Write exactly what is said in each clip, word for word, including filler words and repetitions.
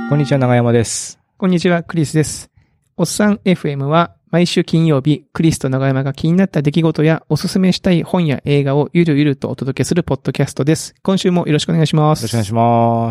こんにちは、長山です。 こんにちは、クリスです。おっさん エフエム は毎週金曜日、クリスと長山が気になった出来事やおすすめしたい本や映画をゆるゆるとお届けするポッドキャストです。今週もよろしくお願いします。 よろしくお願いします。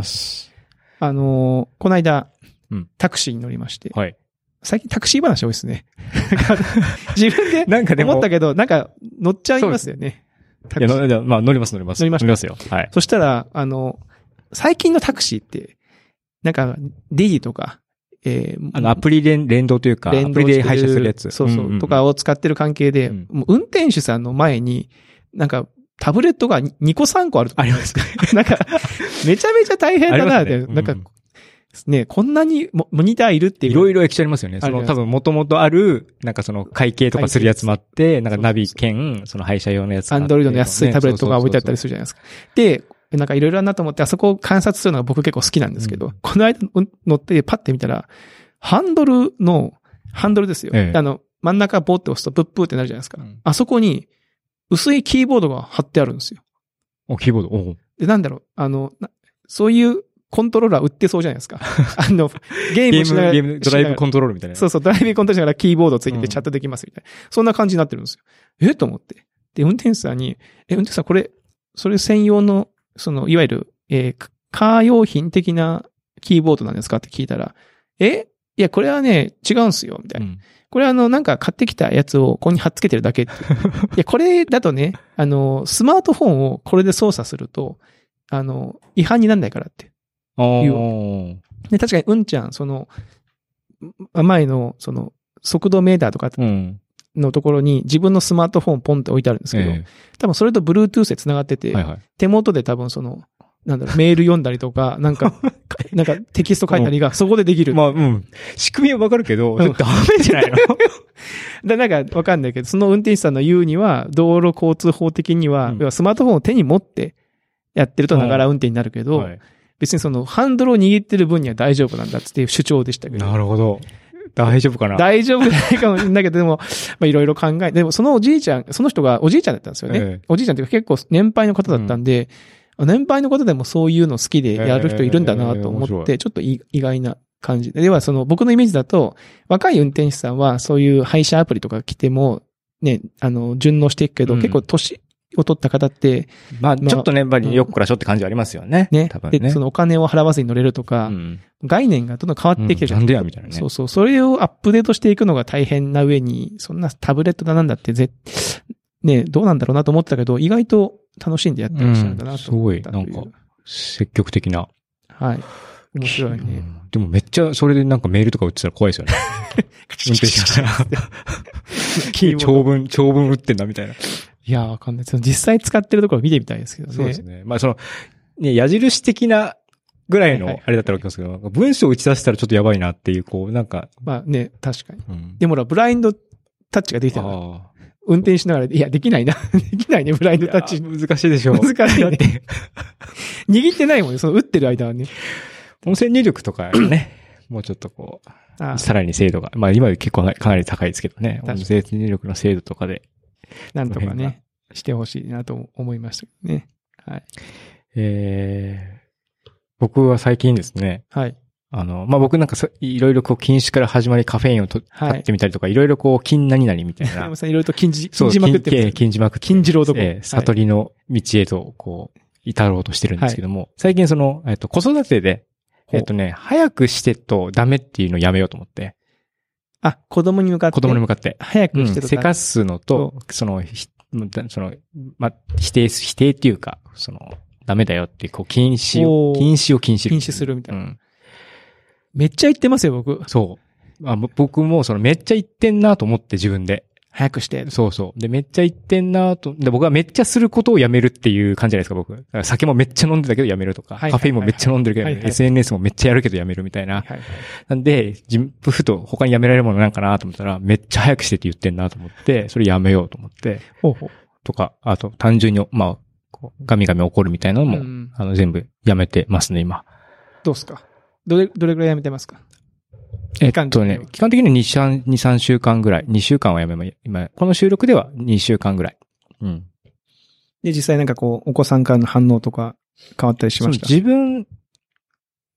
あのー、この間、 うん、 タクシーに乗りまして。 はい。 最近タクシー話多いですね。自分で思ったけど、なんか乗っちゃいますよね。 いや、いやまあ乗ります乗ります。 乗りました。 乗りますよ。はい。 そしたら、あの、最近のタクシーって、なんか、ディーとか、えー、 あの、アプリ連連動というか、アプリで配車するやつ。 そうそう、うんうんうん、とかを使ってる関係で、うん、もう運転手さんの前に、なんか、タブレットがにこさんこあるとか。 ありますかなんか、めちゃめちゃ大変だなって、 ね、 なんか、うん、ね、こんなにモニターいるっていう。 いろいろ液晶ありますよね。その多分元々ある、なんかその会計とかするやつもあって、なんかナビ兼、その配車用のやつ。 アンドロイドの安いタブレットが置いてあったりするじゃないですか。で、なんかいろいろなと思って、あそこを観察するのが僕結構好きなんですけど、うん、この間乗ってパッて見たら、ハンドルの、ハンドルですよ。ええ、あの、真ん中ボーって押すとブップーってなるじゃないですか。うん、あそこに、薄いキーボードが貼ってあるんですよ。 お、キーボード、おで、なんだろう、あの、そういうコントローラー売ってそうじゃないですか。あの、ゲームしながら。 ゲーム、ゲーム、ドライブコントロールみたいな。 そうそう、ドライブコントロールしながらキーボードついててチャットできますみたいな。うん、そんな感じになってるんですよ。えと思って。で、運転手さんに、え、運転手さんこれ、それ専用の、その、いわゆる、えー、カー用品的なキーボードなんですかって聞いたら、えいや、これはね、違うんすよ、みたいな。うん、これはあの、なんか買ってきたやつをここに貼っつけてるだけって。いや、これだとね、あの、スマートフォンをこれで操作すると、あの、違反にならないからって。言う。で、確かに、うんちゃん、その、前の、その、速度メーターとかのところに自分のスマートフォンポンって置いてあるんですけど、ええ、多分それと Bluetooth で繋がってて、はいはい、手元で多分その、なんだろう、メール読んだりとか、なんか、なんかテキスト書いたりがそこでできる。 まあ、うん。仕組みはわかるけど、ダメじゃないのだなんかわかんないけど、その運転手さんの言うには、道路交通法的には、うん、要はスマートフォンを手に持ってやってるとながら運転になるけど、はい、別にそのハンドルを握ってる分には大丈夫なんだっていう主張でしたけど。 なるほど。大丈夫かな大丈夫じゃないかもしれないけど、でも、まあいろいろ考え、でもそのおじいちゃん、その人がおじいちゃんだったんですよね。ええ、おじいちゃんっていうか結構年配の方だったんで、うん、年配の方でもそういうの好きでやる人いるんだなと思って、ちょっと意外な感じで。では、その僕のイメージだと、若い運転手さんはそういう配車アプリとか来ても、ね、あの、順応していくけど、うん、結構年を取った方って、 まあ、ちょっとね、やっぱりよっこらしょって感じはありますよね。 ね。 多分ね。 で、そのお金を払わずに乗れるとか、うん、概念がどんどん変わってきてるじゃん。なんでやみたいなね。 そうそう。それをアップデートしていくのが大変な上に、そんなタブレットだなんだってぜ、ね、どうなんだろうなと思ってたけど、意外と楽しんでやってらっしゃるんだなと思ったという、うん。すごい、 なんか、積極的な。 はい。面白いね、うん。 でもめっちゃ、それでなんかメールとか打ってたら怖いですよね。運転手さん。長文、長文打ってんだみたいな。 いや、わかんない。実際使ってるところ見てみたいですけどね。 そうですね。まあその、ね、矢印的なぐらいのあれだったらわけですけど、はいはい、文章を打ち出したらちょっとやばいなっていう、こう、なんか。 まあね、確かに。うん、でもほら、ブラインドタッチができてる。運転しながら、いや、できないな。できないね、ブラインドタッチ。 難しいでしょう。 難しいだって。握ってないもんね、その打ってる間はね。 音声入力とかね、もうちょっとこう、さらに精度が、まあ今結構かなり高いですけどね、音声入力の精度とかで。 なんとかね、してほしいなと思いましたけどね。はい。 えー、僕は最近ですね。 はい。 あの、まあ、僕なんかいろいろこう禁酒から始まりカフェインをと、はい、買ってみたりとか、いろいろこう禁何々みたいな。 山本さんいろいろと禁じ、禁じまくってます。 禁じまくって。 禁じろうとこ。 えー、悟りの道へとこう、至ろうとしてるんですけども、はい、最近その、えっと、子育てで、えっとね、早くしてとダメっていうのをやめようと思って。 あ、子供に向かって。 子供に向かって。 早くしてと、 うん、せかすのと、その、その、ま、否定、否定っていうか、その、ダメだよっていう、こう、禁止を、禁止を禁止。 禁止するみたいな。うん、めっちゃ言ってますよ、僕。 そう。あ僕も、その、めっちゃ言ってんなと思って自分で。 早くして。 そうそう。で、めっちゃ言ってんなと。で、僕はめっちゃすることをやめるっていう感じじゃないですか、僕。だから酒もめっちゃ飲んでたけどやめるとか、はいはいはいはい、カフェインもめっちゃ飲んでるけど、はいはい、エスエヌエス もめっちゃやるけどやめるみたいな。はいはいはい、なんで、自分、ふと他にやめられるものなんかなと思ったら、めっちゃ早くしてって言ってんなと思って、それやめようと思って。ほうほうとか、あと、単純に、まあ、こうガミガミ怒るみたいなのも、うん、あの、全部やめてますね、今。 どうすか？どれ、どれくらいやめてますか？ えっとね、期間的にはに、さんしゅうかんぐらい。にしゅうかんはやめま、今、この収録ではにしゅうかんぐらい。うん。 で、実際なんかこう、お子さんからの反応とか変わったりしました？ 自分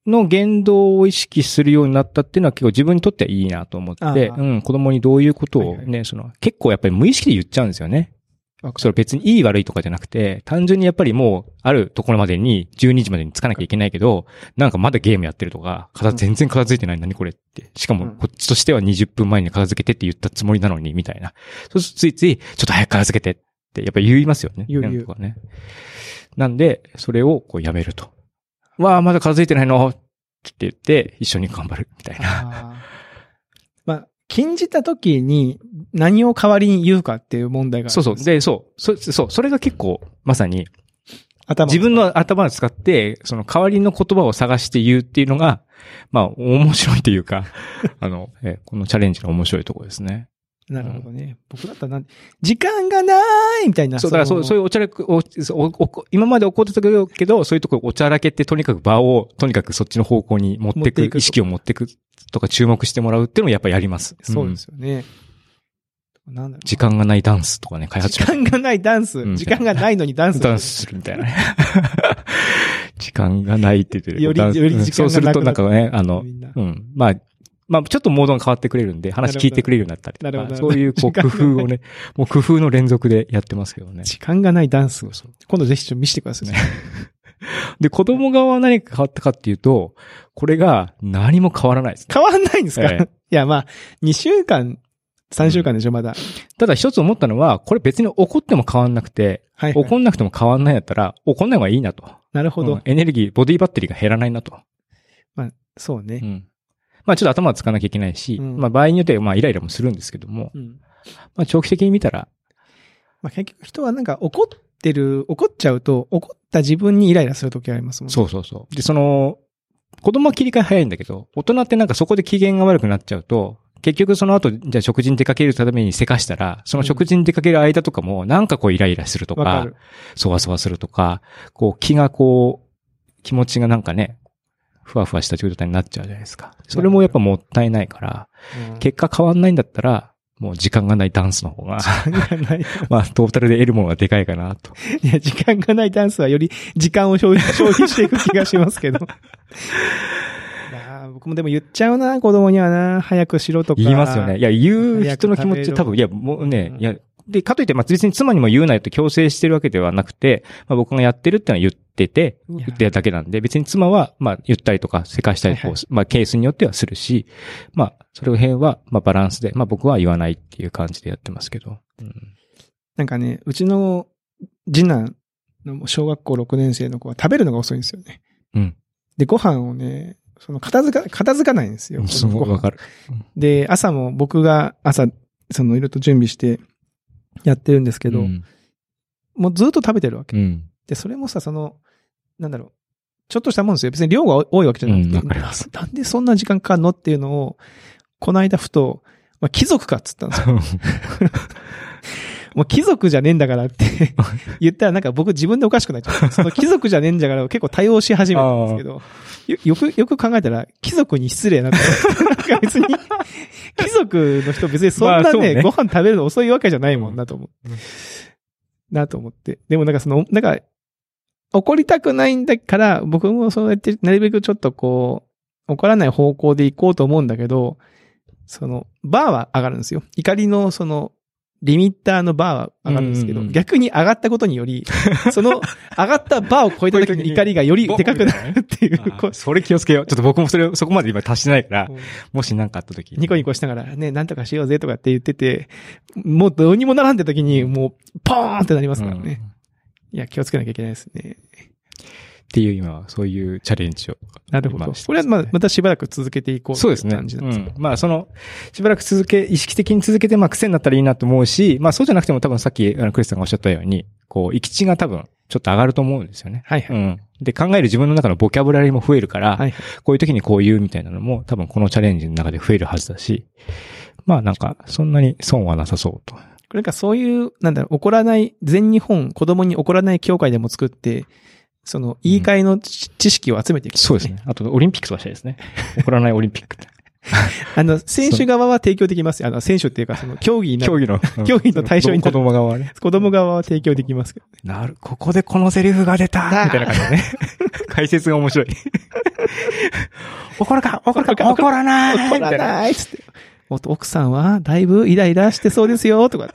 の言動を意識するようになったっていうのは結構自分にとってはいいなと思って、うん、子供にどういうことをね、はいはい、その、結構やっぱり無意識で言っちゃうんですよね。それ別にいい悪いとかじゃなくて、単純にやっぱりもう、あるところまでに、じゅうにじまでに着かなきゃいけないけど、なんかまだゲームやってるとか、片全然片付いてない、うん、何これって。しかも、こっちとしてはにじゅっぷんまえに片付けてって言ったつもりなのに、みたいな。そうするとついつい、ちょっと早く片付けてって、やっぱ言いますよね。 言う言う。 なんね。なんで、それをこうやめると。わあ、まだ片付いてないのって言って、一緒に頑張る、みたいな。 あまあ、禁じた時に何を代わりに言うかっていう問題がある。 そうそう。で、そう。そ、そう。それが結構、まさに、 頭自分の頭を使って、その代わりの言葉を探して言うっていうのが、まあ、面白いというか、あの、え、このチャレンジの面白いところですね。 なるほどね。うん、僕だったらなん、時間がないみたいな。 そう、だからそう、そういうおちゃらけ、お、お、今まで起こってたけど、そういうところおちゃらけってとにかく場を、とにかくそっちの方向に持っていく、意識を持っていくとか注目してもらうっていうのをやっぱりやります。 そうですよね。うん、なんだろう。 時間がないダンスとかね、開発し時間がないダンス、うん、時間がないのにダンス。 ダンスするみたいなね。時間がないって言ってる。 より、より時間がなくそうするとなんかね、あの、うん。まあ、まあ、ちょっとモードが変わってくれるんで、話聞いてくれるようになったりとか、まあ、そういうこう工夫をね、もう工夫の連続でやってますけどね。 時間がないダンスを、今度ぜひちょっと見せてくださいね。 で、子供側は何か変わったかっていうと、これが何も変わらないです、ね。 変わんないんですか、ええ、いや、まあ、にしゅうかん、さんしゅうかんでしょ、まだ。 ただ一つ思ったのは、これ別に怒っても変わんなくて、はいはい、怒んなくても変わんないんだったら、怒んない方がいいなと。 なるほど、 うん。エネルギー、ボディバッテリーが減らないなと。 まあ、そうね。 うん。まあちょっと頭を使わなきゃいけないし、うん、まあ場合によってはまあイライラもするんですけども、うん、まあ長期的に見たら。 まあ結局人はなんか怒ってる、怒っちゃうと、怒った自分にイライラするときありますもんね。 そうそうそう。で、その、子供は切り替え早いんだけど、大人ってなんかそこで機嫌が悪くなっちゃうと、結局その後、じゃあ食事に出かけるためにせかしたら、その食事に出かける間とかも、なんかこうイライラするとか、そわそわするとか、こう気がこう、気持ちがなんかね、ふわふわした状態になっちゃうじゃないですか。それもやっぱもったいないから、うん、結果変わんないんだったら、もう時間がないダンスの方が、まあトータルで得るものがでかいかなと。 いや、時間がないダンスはより時間を消費、消費していく気がしますけど。僕もでも言っちゃうな、子供にはな、早くしろとか。 言いますよね。いや、言う人の気持ち多分、いや、もうね、うん、いや、で、かといって、まあ、別に妻にも言うなよと強制してるわけではなくて、まあ、僕がやってるってのは言ってて、言ってるだけなんで、別に妻は、まあ、言ったりとか、せかしたりとか、はいはい、まあ、ケースによってはするし、まあ、それを辺は、まあ、バランスで、まあ、僕は言わないっていう感じでやってますけど。うん、 なんかね、うちの次男の小学校ろくねん生の子は食べるのが遅いんですよね。 うん。 で、ご飯をね、その、片付か、片付かないんですよ。 すごいわかる。 で、朝も僕が朝、その、いろいろと準備して、やってるんですけど、うん、もうずっと食べてるわけ、うん。で、それもさ、その、なんだろう、ちょっとしたもんですよ。別に量が多いわけじゃなくて、 うん、わかります。 なんでそんな時間かかるのっていうのを、この間ふと、まあ、貴族かっつったんですよ。もう貴族じゃねえんだからって言ったらなんか僕自分でおかしくなっちゃう。その貴族じゃねえんだから結構対応し始めたんですけど、よ, よく、よく考えたら貴族に失礼なって。なんか別に、貴族の人別にそんな ね,、まあ、ね、ご飯食べるの遅いわけじゃないもんなと思う。うん、なと思って。でもなんかその、なんか、怒りたくないんだから、僕もそうやってなるべくちょっとこう、怒らない方向で行こうと思うんだけど、その、バーは上がるんですよ。怒りのその、リミッターのバーは上がるんですけど、うんうんうん、逆に上がったことにより、その上がったバーを超えた時に怒りがよりでかくなるっていう。 それ気をつけよう。ちょっと僕もそれ、そこまで今達してないから、うん、もし何かあった時に。 ニコニコしながらね、なんとかしようぜとかって言ってて、もうどうにもならんって時に、もう、ポーンってなりますからね。うん、いや、気をつけなきゃいけないですね。 っていう今はそういうチャレンジを、ね。 なるほど。これはまあまたしばらく続けていこうという感じなんですね。 そうですね。うん。まあその、しばらく続け、意識的に続けてまあ癖になったらいいなと思うし、まあそうじゃなくても多分さっきあのクリスさんがおっしゃったように、こう、行き地が多分ちょっと上がると思うんですよね。 はいはい。うん。 で、考える自分の中のボキャブラリーも増えるから、はい、こういう時にこう言うみたいなのも多分このチャレンジの中で増えるはずだし、まあなんかそんなに損はなさそうと。 これなんかそういう、なんだろう、怒らない、全日本子供に怒らない協会でも作って、その、言い換えの知識を集めていく、ねうん。そうですね。あと、オリンピックとかしたいですね。怒らないオリンピック。 あの、選手側は提供できますよ。あの、選手っていうか、その、競技の、 競技の、 競技の対象に子供側はね。 子供側は提供できますけどね。 なる、ここでこのセリフが出たみたいな感じでね。解説が面白い。 怒るか怒るか怒らない怒らないつって。奥さんはだいぶイライラしてそうですよ、とかって。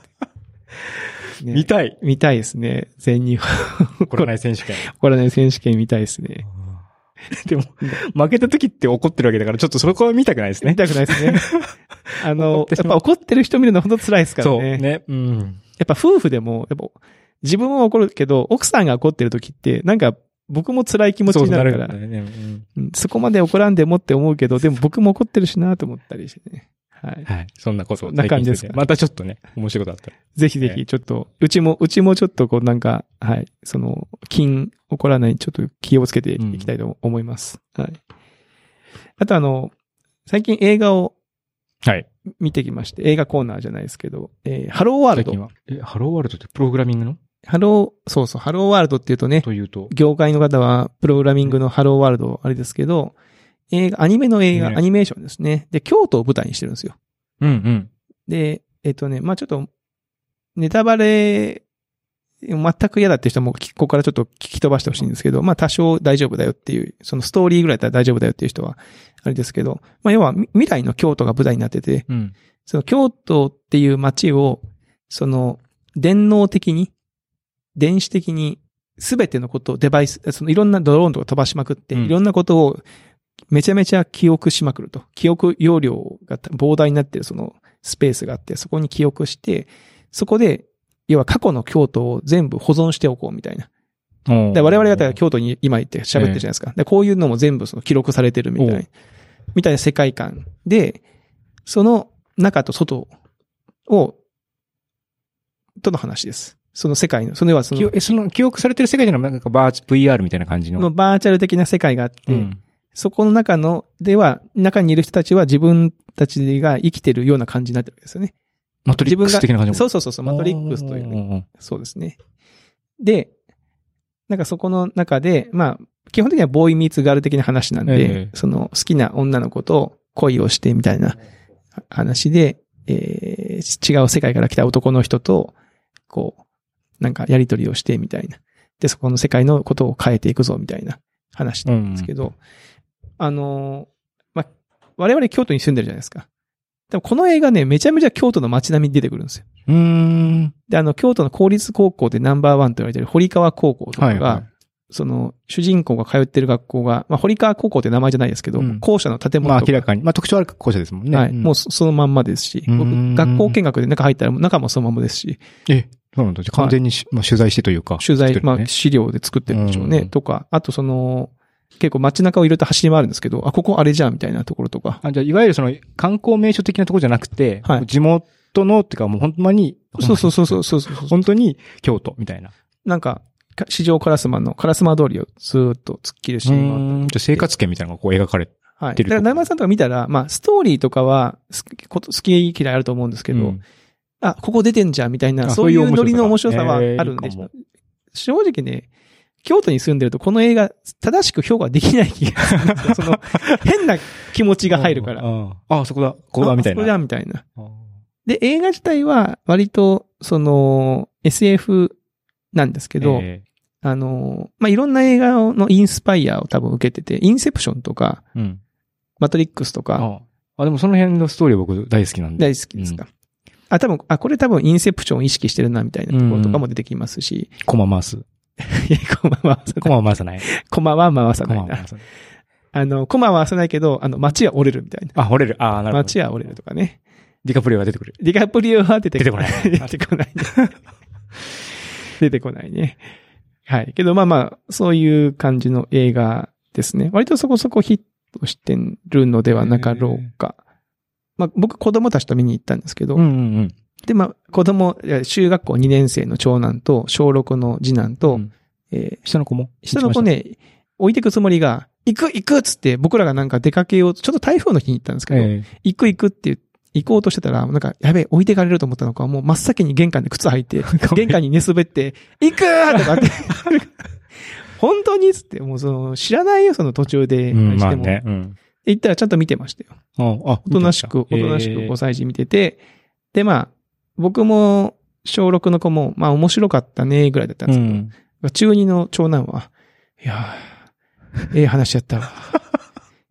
ね、見たい。 見たいですね。全日本。 怒らない選手権。 怒らない選手権見たいですね。 でも、負けた時って怒ってるわけだから、ちょっとそこは見たくないですね。 見たくないですね。あの、やっぱ怒ってる人見るの本当辛いですからね。 そうね。うん。 やっぱ夫婦でも、やっぱ自分は怒るけど、奥さんが怒ってる時って、なんか僕も辛い気持ちになるから。そうなるよね。うん、そこまで怒らんでもって思うけど、でも僕も怒ってるしなと思ったりしてね。はい。 はい。そんなこと。 そんな感じですか。 またちょっとね、面白いことあったら。 ぜひぜひ、ちょっと、うちも、うちもちょっとこうなんか、はい。その、金起こらない、ちょっと気をつけていきたいと思います。うん、はい。あとあの、最近映画を、はい。見てきまして、映画コーナーじゃないですけど、えー、ハローワールド。最近は。 え、ハローワールドってプログラミングの？ ハロー、そうそう、ハローワールドって言うとね、 というと、 業界の方はプログラミングのハローワールドあれですけど、映画、アニメの映画、ね、アニメーションですね。で、京都を舞台にしてるんですよ。 うんうん。 で、えっとね、まあ、ちょっと、ネタバレ、全く嫌だって人も、ここからちょっと聞き飛ばしてほしいんですけど、まあ、多少大丈夫だよっていう、そのストーリーぐらいだったら大丈夫だよっていう人は、あれですけど、まあ、要は未来の京都が舞台になってて、うん、その京都っていう街を、その、電脳的に、電子的に、すべてのことをデバイス、そのいろんなドローンとか飛ばしまくって、うん、いろんなことをめちゃめちゃ記憶しまくると。記憶容量が膨大になっているそのスペースがあって、そこに記憶して、そこで、要は過去の京都を全部保存しておこうみたいな。で我々が京都に今行って喋ってるじゃないですか。でこういうのも全部その記録されてるみたいな、みたいな世界観で、その中と外を、との話です。その世界の、その要はその、 え、その記憶されてる世界のなんかバーチ、ブイアール みたいな感じの。 バーチャル的な世界があって、うん、そこの中の、では、中にいる人たちは自分たちが生きてるような感じになってるわけですよね。 マトリックス的な感じ。 そうそうそうそう、マトリックスという、ね、そうですね。で、なんかそこの中で、まあ、基本的にはボーイミーツガール的な話なんで、えー、その好きな女の子と恋をしてみたいな話で、えー、違う世界から来た男の人と、こう、なんかやりとりをしてみたいな。で、そこの世界のことを変えていくぞみたいな話なんですけど、うん、あの、まあ、我々京都に住んでるじゃないですか。でもこの映画ね、めちゃめちゃ京都の街並みに出てくるんですよ。 うーん。 で、あの、京都の公立高校でナンバーワンと言われている堀川高校とかが、はいはい、その、主人公が通ってる学校が、まあ、堀川高校って名前じゃないですけど、うん、校舎の建物とか。 まあ、明らかに。まあ、特徴ある校舎ですもんね。 はい。うん、もうそのまんまですし、僕、学校見学で中入ったら中もそのままですし。 え、そうなんだ。完全に、はい、まあ、取材してというか。 取材、ね、まあ、資料で作ってるんでしょうね。とか、あとその、結構街中をいろいろと走り回るんですけど、あ、ここあれじゃんみたいなところとか。 あ、じゃあ、いわゆるその、観光名所的なところじゃなくて、はい、地元の、っていうかもう本当に、 そうそうそうそうそうそう。 本当に京都みたいな。 なんか、四条烏丸の烏丸通りをずーっと突っ切るシーンがあって。 うん。じゃあ生活圏みたいなのがこう描かれてる。 はい。だから、長間さんとか見たら、まあ、ストーリーとかは好き、好き嫌いあると思うんですけど、うん、あ、ここ出てんじゃんみたいな、そういうノリの面白さはあるんで、正直ね、京都に住んでるとこの映画正しく評価できない気がするんですよ。その変な気持ちが入るから。 ああ、そこだ、ここだみたいな。 そこだみたいな。で、映画自体は割とその エスエフ なんですけど、えー、あの、まあ、いろんな映画のインスパイアを多分受けてて、インセプションとか、うん、マトリックスとか。 ああ、でもその辺のストーリー僕大好きなんで。 大好きですか。うん、あ、多分、あ、これ多分インセプションを意識してるなみたいなところとかも出てきますし。 うん、コマ回す。 コマ回さない。 コマは回さない。 コマは回さないな。あの、コマは回さないけど、あの、街は折れるみたいな。 あ、折れる。ああ、なるほど。 街は折れるとかね。 ディカプリオが出てくる。 ディカプリオは出てこない。 出てこない。出てこないね。はい。けどまあまあ、そういう感じの映画ですね。割とそこそこヒットしてるのではなかろうか。まあ僕子供たちと見に行ったんですけど。 うんうんうん。 で、まあ、子供、中学校にねん生の長男と、小ろくの次男と、うん、 えー、下の子も下の子ね、置いてくつもりが、行く行くっつって、僕らがなんか出かけようと、ちょっと台風の日に行ったんですけど、えー、行く行くって行こうとしてたら、なんか、やべえ、置いてかれると思ったのか、もう真っ先に玄関で靴履いて、玄関に寝滑って、行くーとかって、本当にっつって、もうその、知らないよ、その途中で。 うん、まあね。うん。 行ったらちゃんと見てましたよ。 ああ、 おとなしく、おとなしくごさい児見てて、で、まあ、僕も、小ろくの子も、まあ面白かったね、ぐらいだったんですけど、うん、中にの長男は、いやー、ええ話やったわ。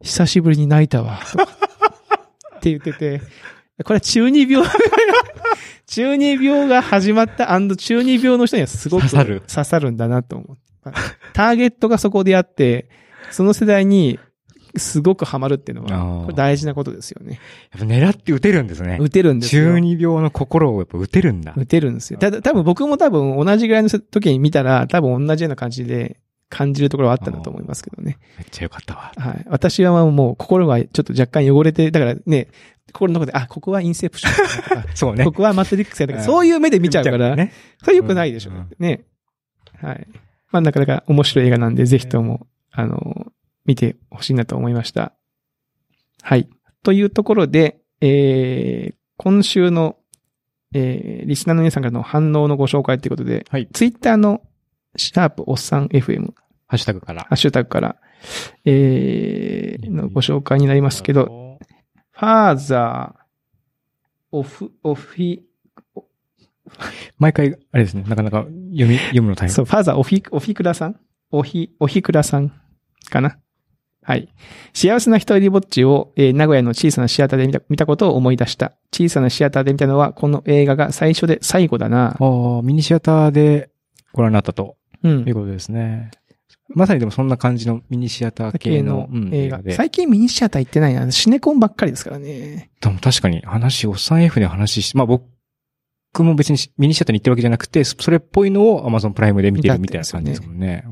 久しぶりに泣いたわ、とかって言ってて、これは中二病中二病が始まった&中二病の人にはすごく刺さる。 刺さるんだなと思う。ターゲットがそこであって、その世代にすごくハマるっていうのは、これ大事なことですよね。 やっぱ狙って撃てるんですね。 撃てるんですよ。 中二病の心をやっぱ撃てるんだ。 撃てるんですよ。ただ、多分僕も多分同じぐらいの時に見たら、多分同じような感じで感じるところはあったんだと思いますけどね。 めっちゃよかったわ。 はい。私はもう心がちょっと若干汚れて、だからね、心の中で、あ、ここはインセプションとか、 そうね。 ここはマトリックスやとか、そういう目で見ちゃうから、ね、それ良くないでしょ、うん、ね。はい。まあなかなか面白い映画なんで、ぜひとも、あの、見てほしいなと思いました。はい。というところで、えー、今週の、えー、リスナーの皆さんからの反応のご紹介ということで、はい。ツイッターのシャープおっさん エフエム。 ハッシュタグから。 ハッシュタグから、えー、のご紹介になりますけど、ファーザー、オフ、オフィ、 毎回、あれですね、なかなか読み、読むの大変。 そう、ファーザー、オフィ、オフィクラさんオヒ、オヒクラさんかなはい。幸せな一人ぼっちを、えー、名古屋の小さなシアターで見た、見たことを思い出した。小さなシアターで見たのは、この映画が最初で最後だな。 ああ、ミニシアターでご覧になったと。 うん。 いうことですね。まさにでもそんな感じのミニシアター系の映画で、うん。最近ミニシアター行ってないな。シネコンばっかりですからね。 でも確かに話、おっさん F で話して、まあ僕も別にミニシアターに行ってるわけじゃなくて、それっぽいのを Amazon プライムで見てるみたいな感じですもんね。うん、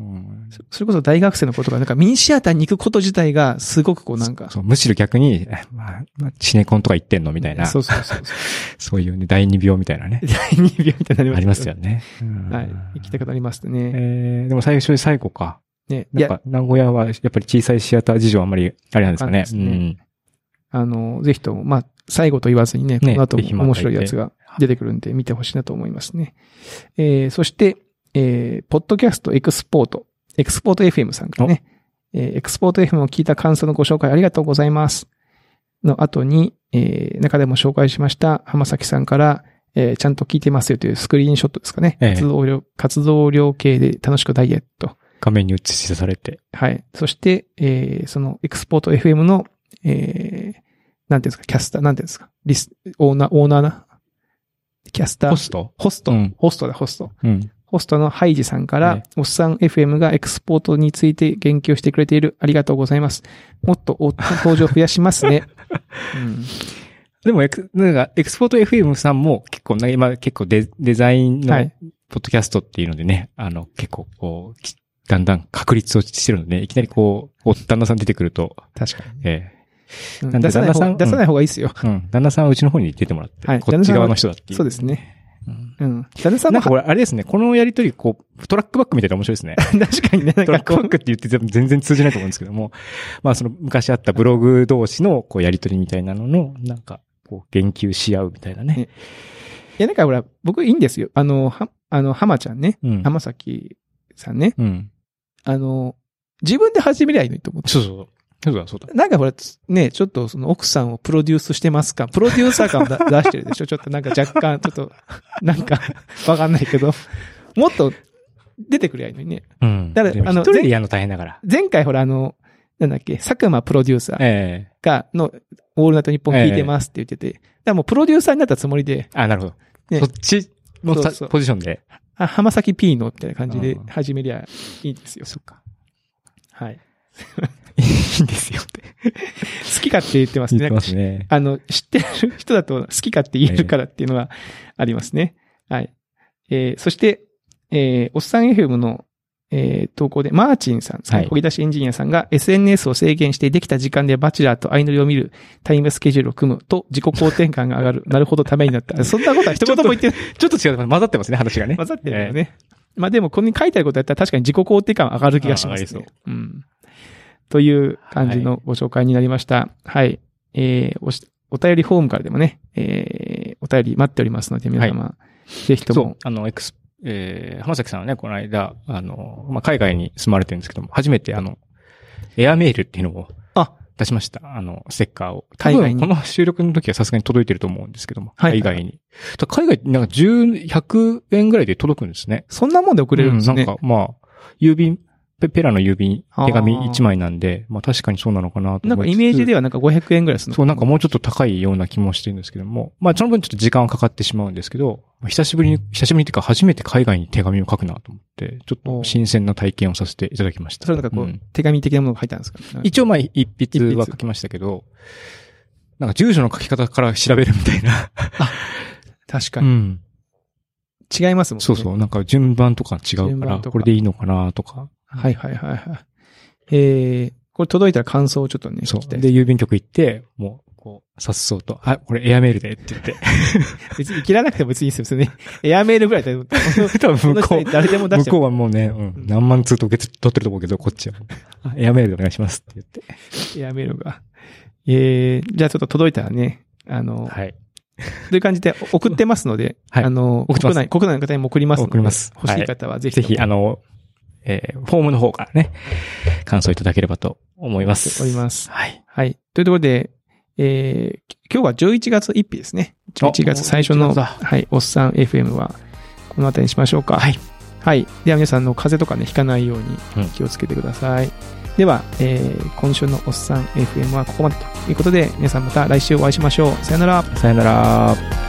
それこそ大学生のことが、なんかミニシアターに行くこと自体がすごくこうなんか。 そう、むしろ逆に、まあ、まあ、シネコンとか行ってんのみたいな。 そうそうそうそう。 そういうね、第二病みたいなね。 第二病みたいなのありますよね。 うん、はい。行きたくなりますね。 えー、でも最初で最後か。 ね。 やっぱ名古屋はやっぱり小さいシアター事情あんまりあれなんですかね。 ねうん、あの、ぜひとも、まあ、最後と言わずにね、この後も面白いやつが出てくるんで見てほしいなと思いますね。えー、そして、えー、ポッドキャストエクスポート、エクスポート エフエム さんからね、えー、エクスポート エフエム を聞いた感想のご紹介ありがとうございます。の後に、えー、中でも紹介しました浜崎さんから、えー、ちゃんと聞いてますよというスクリーンショットですかね。えー、活動量、活動量系で楽しくダイエット。 画面に映し出されて。 はい。そして、えー、そのエクスポート エフエム の、えー、なんていうんですか、キャスター、なんていうんですか、リス、オーナー、オーナーな。キャスター。 ホストホスト。うん、ホストだ、ホスト。 うん。 ホストのハイジさんから、ね、おっさん エフエム がエクスポートについて言及してくれている。ありがとうございます。もっと登場増やしますね。うん、 でもエク、なんか、エクスポート エフエム さんも結構、今結構デデザインの、ポッドキャストっていうのでね、はい、あの、結構こう、だんだん確立をしてるので、いきなりこう、お旦那さん出てくると。 確かに。 ええー。なんで旦那さん、出さない方がいいですよ。 うん。旦那さんはうちの方に出てもらって。はい。こっち側の人だっていう。 そうですね。 うん。旦那さんも。なんかこれ、あれですね。このやりとり、こう、トラックバックみたいな面白いですね。 確かにね。 トラックバックって言って全然通じないと思うんですけども。まあ、その昔あったブログ同士の、こう、やりとりみたいなのの、なんか、こう、言及し合うみたいなね。ねいや、なんかほら、僕いいんですよ。あの、は、あの、浜ちゃんね。うん。浜崎さんね。 うん。 あの、自分で始めりゃいいのにと思って。 そうそう。そうだ、そうだ。 なんかほら、ね、ちょっとその奥さんをプロデュースしてますかプロデューサー感を出してるでしょちょっとなんか若干、ちょっと、なんか、わかんないけど、もっと出てくりゃいいのにね。 うん。 だから、 あの、一人でやるの大変だから。 前回ほら、あの、なんだっけ、佐久間プロデューサーが、の、オールナイトニッポン聞いてますって言ってて、だからもうプロデューサーになったつもりで。 あ、なるほど。ね、そっちのそうそうポジションで。 あ、浜崎 P のみたいな感じで始めりゃいいんですよ。 そっか。 はい。 いいんですよって。 好き勝手言ってますね。 言ってますね。 あの、知ってる人だと好き勝手言えるからっていうのはありますね。はい。えー、そして、えー、おっさん エフエム の、えー、投稿で、マーチンさん、はい、こぎ出しエンジニアさんが エスエヌエス を制限してできた時間でバチェラーと相乗りを見るタイムスケジュールを組むと自己肯定感が上がる。なるほどためになった。そんなことは一言も言ってない。 ちょっと違う。混ざってますね、話がね。 混ざってるよね。えー、まあでも、ここに書いてあることやったら確かに自己肯定感上がる気がしますね。うん。という感じのご紹介になりました。はい。はい、えー、おし、お便りフォームからでもね、えー、お便り待っておりますので、皆様、はい、ぜひとも。そう、 あの、エクス、えー、浜崎さんはね、この間、あの、まあ、海外に住まれてるんですけども、初めてあの、エアメールっていうのを出しました。あの、ステッカーを。 海外に。 この収録の時はさすがに届いてると思うんですけども、はい、海外に。海外なんかじゅう、ひゃくえんぐらいで届くんですね。 そんなもんで送れるんですね。 うん、なんか、まあ、郵便ペ, ペラの郵便、手紙いちまいなんで、まあ確かにそうなのかなと思いつつ。 なんかイメージではなんかごひゃくえんぐらいするの？ そう、なんかもうちょっと高いような気もしてるんですけども、まあその分ちょっと時間はかかってしまうんですけど、まあ、久しぶりに、久しぶりにというか初めて海外に手紙を書くなと思って、ちょっと新鮮な体験をさせていただきました。 それなんかこう、うん、手紙的なものが書いてあるんですか？ 一応まあ一筆は書きましたけど、なんか住所の書き方から調べるみたいな。あ、 確かに。うん。違いますもんね。 そうそう。なんか順番とか違うから、これでいいのかなとか。 はいはいはいはい。えー、これ届いたら感想をちょっとね、 そう。で、郵便局行って、もう、こう、さっそうと、あ、これエアメールでって言って。 別に切らなくても別にいいですよね。エアメールぐらいだと、 多分向こう、 誰でも出して向こうはもうね、うん、何万通と受け取ってると思うけど、こっちは。エアメールでお願いしますって言って。 エアメールが。えー、じゃあちょっと届いたらね、あの、はい。という感じで送ってますので、はい、あの、国内、国内の方にも送りますので、 送ります。 欲しい方はぜひ、 はい。ぜひ、あの、えー、フォームの方からね、感想いただければと思います。 おります。 はい。 はい。というところで、えー、今日はじゅういちがつついたちですね。じゅういちがつ最初の、はい、おっさん エフエム は、このあたりにしましょうか。はい。はい。では皆さんの風邪とかね、ひかないように気をつけてください。うん、では、えー、今週のおっさん エフエム はここまでということで、皆さんまた来週お会いしましょう。さよなら。 さよなら。